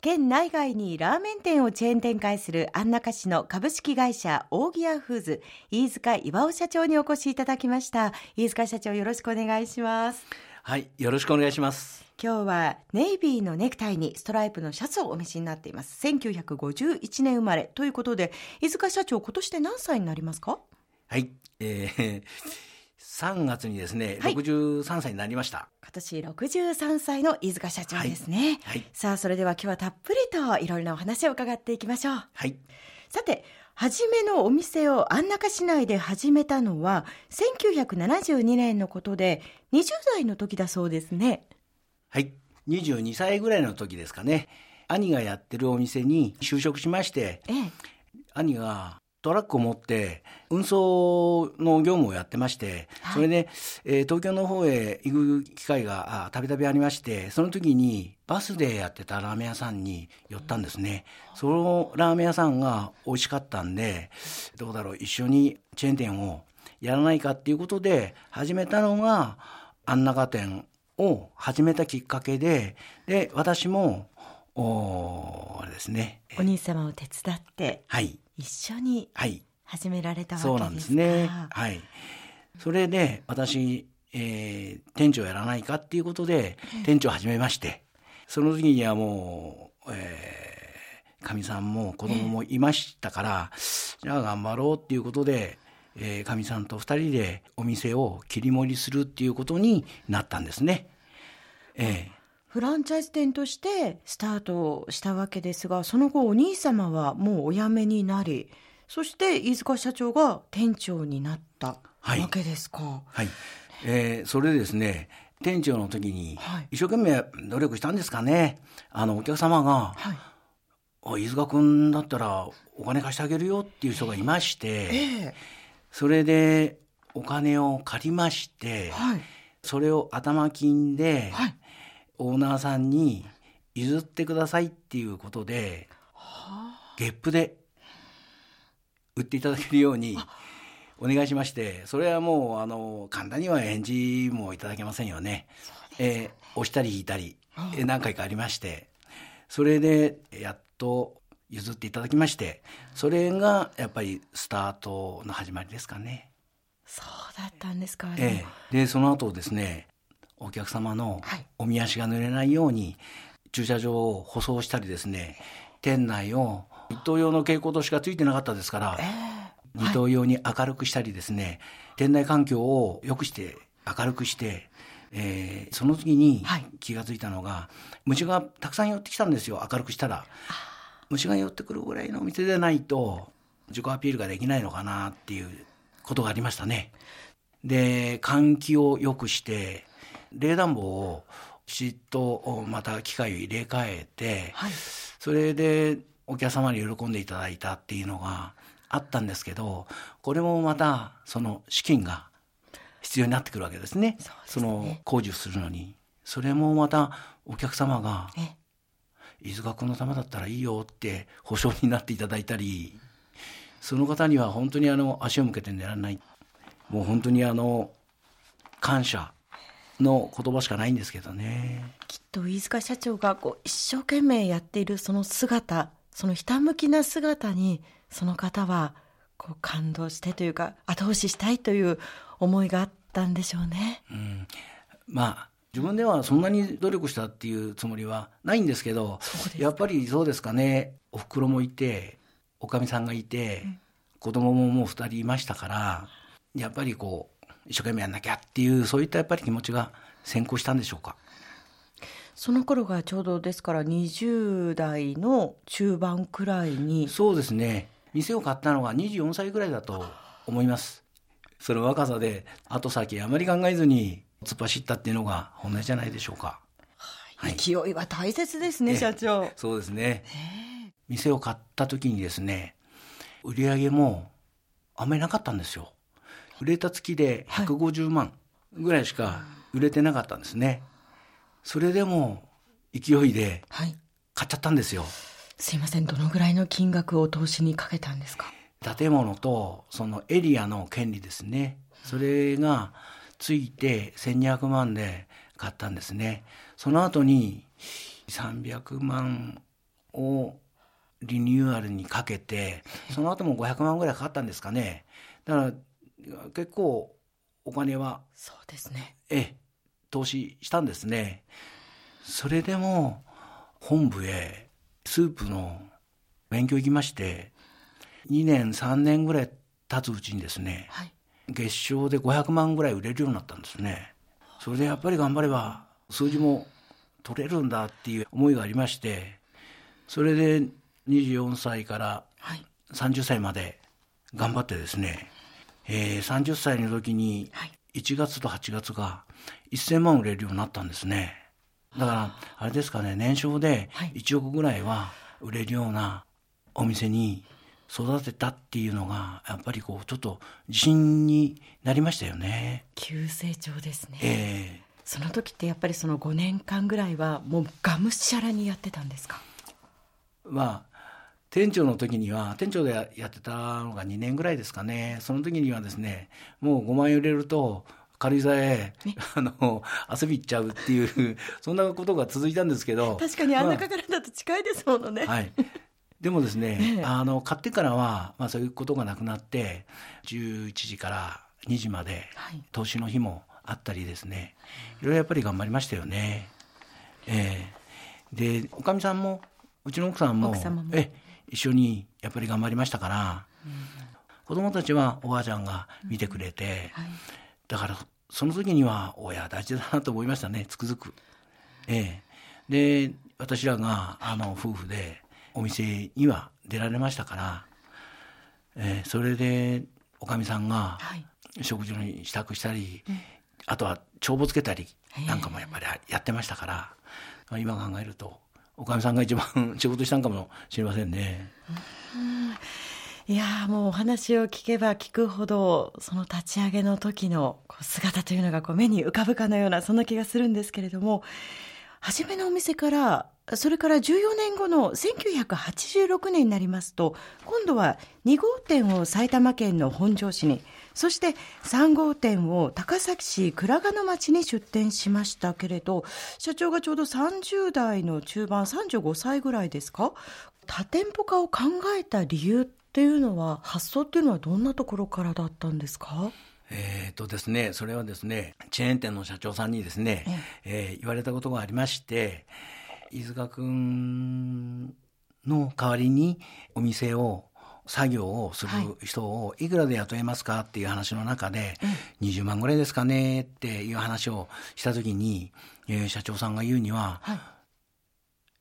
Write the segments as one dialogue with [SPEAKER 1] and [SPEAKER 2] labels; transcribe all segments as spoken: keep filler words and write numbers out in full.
[SPEAKER 1] 県内外にラーメン店をチェーン展開する安中市の株式会社オーギアフーズ飯塚巌社長にお越しいただきました。飯塚社長、よろしくお願いします。
[SPEAKER 2] はい、よろしくお願いします。
[SPEAKER 1] 今日はネイビーのネクタイにストライプのシャツをお召しになっています。せんきゅうひゃくごじゅういちねん生まれということで、飯塚社長、今年で何歳になりますか？
[SPEAKER 2] はい、えー、さんがつにですね、
[SPEAKER 1] はい、
[SPEAKER 2] ろくじゅうさんさいになりました。
[SPEAKER 1] 今年ろくじゅうさんさいの飯塚社長ですね。
[SPEAKER 2] はいはい、
[SPEAKER 1] さあ、それでは今日はたっぷりといろいろなお話を伺っていきましょう。
[SPEAKER 2] はい、
[SPEAKER 1] さて、初めのお店を安中市内で始めたのはせんきゅうひゃくななじゅうにねんのことで、にじゅうだいの時だそうですね。
[SPEAKER 2] はい、にじゅうにさいぐらいの時ですかね。兄がやってるお店に就職しまして、ええ、兄がトラックを持って運送の業務をやってまして、はい、それで、えー、東京の方へ行く機会がたびたびありまして、その時にバスでやってたラーメン屋さんに寄ったんですね。そのラーメン屋さんが美味しかったんで、どうだろう、一緒にチェーン店をやらないかっていうことで始めたのが安中店を始めたきっかけで、で私もおあれですね、
[SPEAKER 1] お兄様を手伝って、
[SPEAKER 2] はい、
[SPEAKER 1] 一緒に始められたわけですか？
[SPEAKER 2] そうなんですね。はい。それで私、えー、店長やらないかっていうことで店長を始めまして、その時にはもう、えー、かみさんも子供もいましたから、じゃあ頑張ろうっていうことで、えー、かみさんと二人でお店を切り盛りするっていうことになったんですね。えー
[SPEAKER 1] フランチャイズ店としてスタートしたわけですが、その後お兄様はもうお辞めになり、そして飯塚社長が店長になったわけですか？
[SPEAKER 2] はい、はい、えー、それでですね、店長の時に一生懸命努力したんですかね。あのお客様が、はい、お飯塚君だったらお金貸してあげるよっていう人がいまして、えー、それでお金を借りまして、はい、それを頭金で、はい、オーナーさんに譲ってくださいっていうことで、月賦で売っていただけるようにお願いしまして、それはもうあの簡単には返事もいただけませんよね。えー、押したり引いたり何回かありまして、それでやっと譲っていただきまして、それがやっぱりスタートの始まりですかね。
[SPEAKER 1] そうだったんですか。
[SPEAKER 2] えー、でその後ですね、お客様のおみ足が濡れないように駐車場を舗装したりですね、店内を一灯用の蛍光灯しかついてなかったですから、えー、二灯用に明るくしたりですね、はい、店内環境を良くして明るくして、えー、その時に気がついたのが、はい、虫がたくさん寄ってきたんですよ。明るくしたら虫が寄ってくるぐらいのお店でないと自己アピールができないのかなっていうことがありましたね。で換気を良くして冷暖房をきちっとまた機械を入れ替えて、はい、それでお客様に喜んでいただいたっていうのがあったんですけど、これもまたその資金が必要になってくるわけですね。そうですね。その工事をするのに、それもまたお客様が飯塚君のためだったらいいよって保証になっていただいたり、その方には本当にあの足を向けて寝られない、もう本当にあの感謝の言葉しかないんですけどね。
[SPEAKER 1] きっと飯塚社長がこう一生懸命やっているその姿、そのひたむきな姿にその方はこう感動してというか後押ししたいという思いがあったんでしょうね。
[SPEAKER 2] うん、まあ自分ではそんなに努力したっていうつもりはないんですけど、やっぱりそうですかね。お袋もいておかみさんがいて、うん、子供ももうふたりいましたから、やっぱりこう一生懸命やんなきゃっていうそういったやっぱり気持ちが先行したんでしょうか。
[SPEAKER 1] その頃がちょうどですからにじゅうだいの中盤くらいに。
[SPEAKER 2] そうですね。店を買ったのがにじゅうよんさいぐらいだと思います。その若さで後先あまり考えずに突っ走ったっていうのが本音じゃないでしょうか。
[SPEAKER 1] はい、勢いは大切ですね、社長。
[SPEAKER 2] そうですね。店を買った時にですね、売り上げもあんまりなかったんですよ。売れた月でひゃくごじゅうまんぐらいしか売れてなかったんですね。はい、それでも勢いで買っちゃったんですよ。はい、
[SPEAKER 1] すいません、どのぐらいの金額を投資にかけたんですか？
[SPEAKER 2] 建物とそのエリアの権利ですね、それがついてせんにひゃくまんで買ったんですね。その後にさんびゃくまんをリニューアルにかけて、その後もごひゃくまんぐらいかかったんですかね。だから結構お金は
[SPEAKER 1] そうですね、
[SPEAKER 2] え投資したんですね。それでも本部へスープの勉強行きまして、にねんさんねんぐらい経つうちにですね、はい、月賞でごひゃくまんぐらい売れるようになったんですね。それでやっぱり頑張れば数字も取れるんだっていう思いがありまして、それでにじゅうよんさいからさんじゅっさいまで頑張ってですね、えー、さんじゅっさいの時にいちがつとはちがつがせんまん売れるようになったんですね。だからあれですかね、年商でいちおくぐらいは売れるようなお店に育てたっていうのがやっぱりこうちょっと自信になりましたよね。
[SPEAKER 1] 急成長ですね。
[SPEAKER 2] えー、
[SPEAKER 1] その時ってやっぱりそのごねんかんぐらいはもうがむしゃらにやってたんですか？
[SPEAKER 2] まあ店長の時には、店長でやってたのがにねんぐらいですかね。その時にはですね、もうごまん円売れると軽井沢へ、ね、あの遊び行っちゃうっていうそんなことが続いたんですけど、
[SPEAKER 1] 確かにあんなかからだと近いですものね、
[SPEAKER 2] まあ、はい。でもですね、ねあの買ってからは、まあ、そういうことがなくなってじゅういちじからにじまで投資の日もあったりですね、いろいろやっぱり頑張りましたよね。えー、でおかみさんもうちの奥さんも、もえ一緒にやっぱり頑張りましたから、うん、子供たちはおばあちゃんが見てくれて、うんはい、だからその時には親大事だなと思いましたね、つくづく。えー、で私らがあの夫婦でお店には出られましたから、えー、それでおかみさんが食事に支度したり、はい、あとは帳簿つけたりなんかもやっぱりやってましたから、今考えるとおかみさんが一番仕事したんかもしれませんね。
[SPEAKER 1] うん、いやもうお話を聞けば聞くほどその立ち上げの時のこう姿というのがこう目に浮かぶかのようなそんな気がするんですけれども、初めのお店からそれからじゅうよねんごのせんきゅうひゃくはちじゅうろくねんになりますと、今度はにごうてんを埼玉県の本庄市に、そしてさんごうてんを高崎市倉賀野町に出店しましたけれど、社長がちょうどさんじゅうだいの中盤、さんじゅうごさいぐらいですか。多店舗化を考えた理由っていうのは、発想っていうのはどんなところからだったんですか？
[SPEAKER 2] えーとですね、それはですね、チェーン店の社長さんにですね、えー、言われたことがありまして、飯塚くんの代わりにお店を作業をする人をいくらで雇えますかっていう話の中で、はい、にじゅうまんぐらいですかねっていう話をしたときに、えー、社長さんが言うには、はい、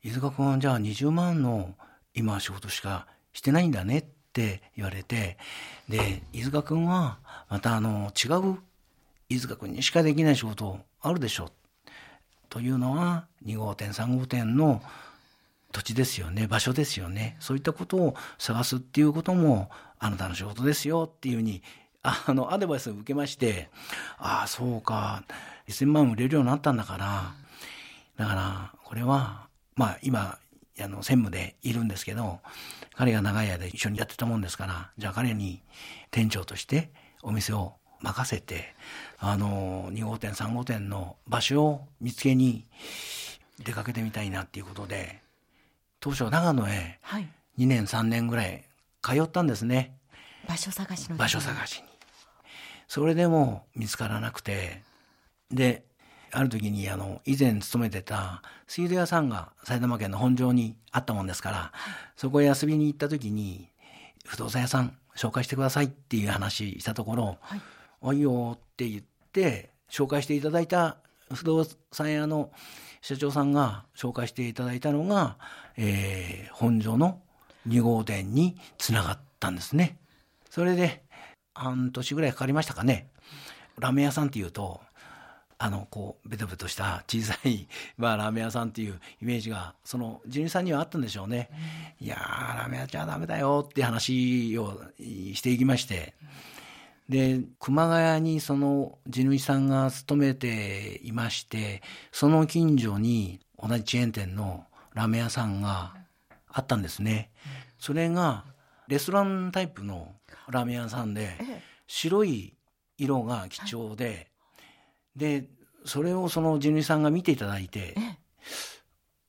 [SPEAKER 2] 飯塚くんはじゃあにじゅうまんの今仕事しかしてないんだねって言われて、で飯塚くんはまたあの違う飯塚くんにしかできない仕事あるでしょというのはにごうてんさんごうてんの土地ですよね、場所ですよね、そういったことを探すっていうこともあなたの仕事ですよっていうふうにあのアドバイスを受けまして、ああそうかせんまん売れるようになったんだから、だからこれはまあ今あの専務でいるんですけど、彼が長い間一緒にやってたもんですから、じゃあ彼に店長としてお店を任せて、あのにごうてんさんごうてんの場所を見つけに出かけてみたいなっていうことで、当初長野へにねんさんねんぐらい通ったんですね、
[SPEAKER 1] 場所探しの
[SPEAKER 2] 場所探しに。それでも見つからなくて、である時にあの以前勤めてた水道屋さんが埼玉県の本庄にあったもんですから、はい、そこへ遊びに行った時に不動産屋さん紹介してくださいっていう話したところ、はい、あいいよって言って紹介していただいた不動産屋の社長さんが紹介していただいたのが、えー、本庄のにごうてんにつながったんですね。それで半年ぐらいかかりましたかね。ラーメン屋さんっていうとあのこうベトベトした小さい、まあ、ラーメン屋さんっていうイメージがその地主さんにはあったんでしょうね、うん、いやーラーメン屋じゃダメだよって話をしていきまして、で熊谷にその地主さんが勤めていまして、その近所に同じチェーン店のラーメン屋さんがあったんですね、うん、それがレストランタイプのラーメン屋さんで、白い色が貴重で、でそれをその地主さんが見ていただいて、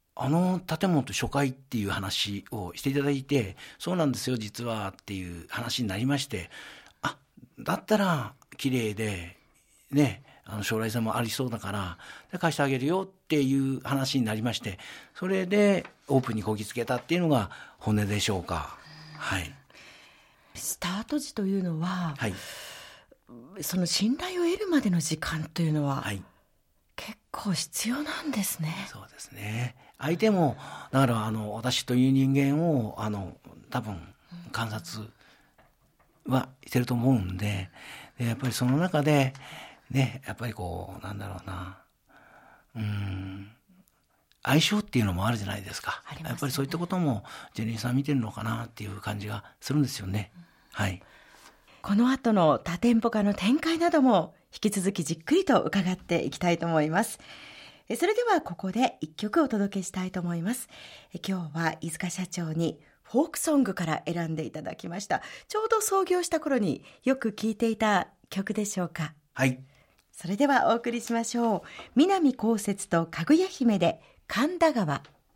[SPEAKER 2] あの建物と初回っていう話をしていただいて、そうなんですよ実はっていう話になりまして、あ、だったら綺麗でね、あの将来性もありそうだからで貸してあげるよっていう話になりまして、それでオープンにこぎつけたっていうのが本音でしょうか。はい。
[SPEAKER 1] スタート時というのは、
[SPEAKER 2] はい、
[SPEAKER 1] その信頼を得るまでの時間というのは、
[SPEAKER 2] はい、
[SPEAKER 1] 結構必要なんですね。
[SPEAKER 2] そうですね。相手もだからあの私という人間をあの多分観察はしてると思うんで、でやっぱりその中でね、やっぱりこうなんだろうな、うーん相性っていうのもあるじゃないですか。
[SPEAKER 1] ありますね。
[SPEAKER 2] やっぱりそういったこともジェニーさん見てるのかなっていう感じがするんですよね。うん、はい。
[SPEAKER 1] この後の多店舗化の展開なども引き続きじっくりと伺っていきたいと思います。それではここで一曲お届けしたいと思います。今日は飯塚社長にフォークソングから選んでいただきました。ちょうど創業した頃によく聴いていた曲でしょうか。
[SPEAKER 2] はい。
[SPEAKER 1] それではお送りしましょう。南こうせつとかぐや姫で神田川。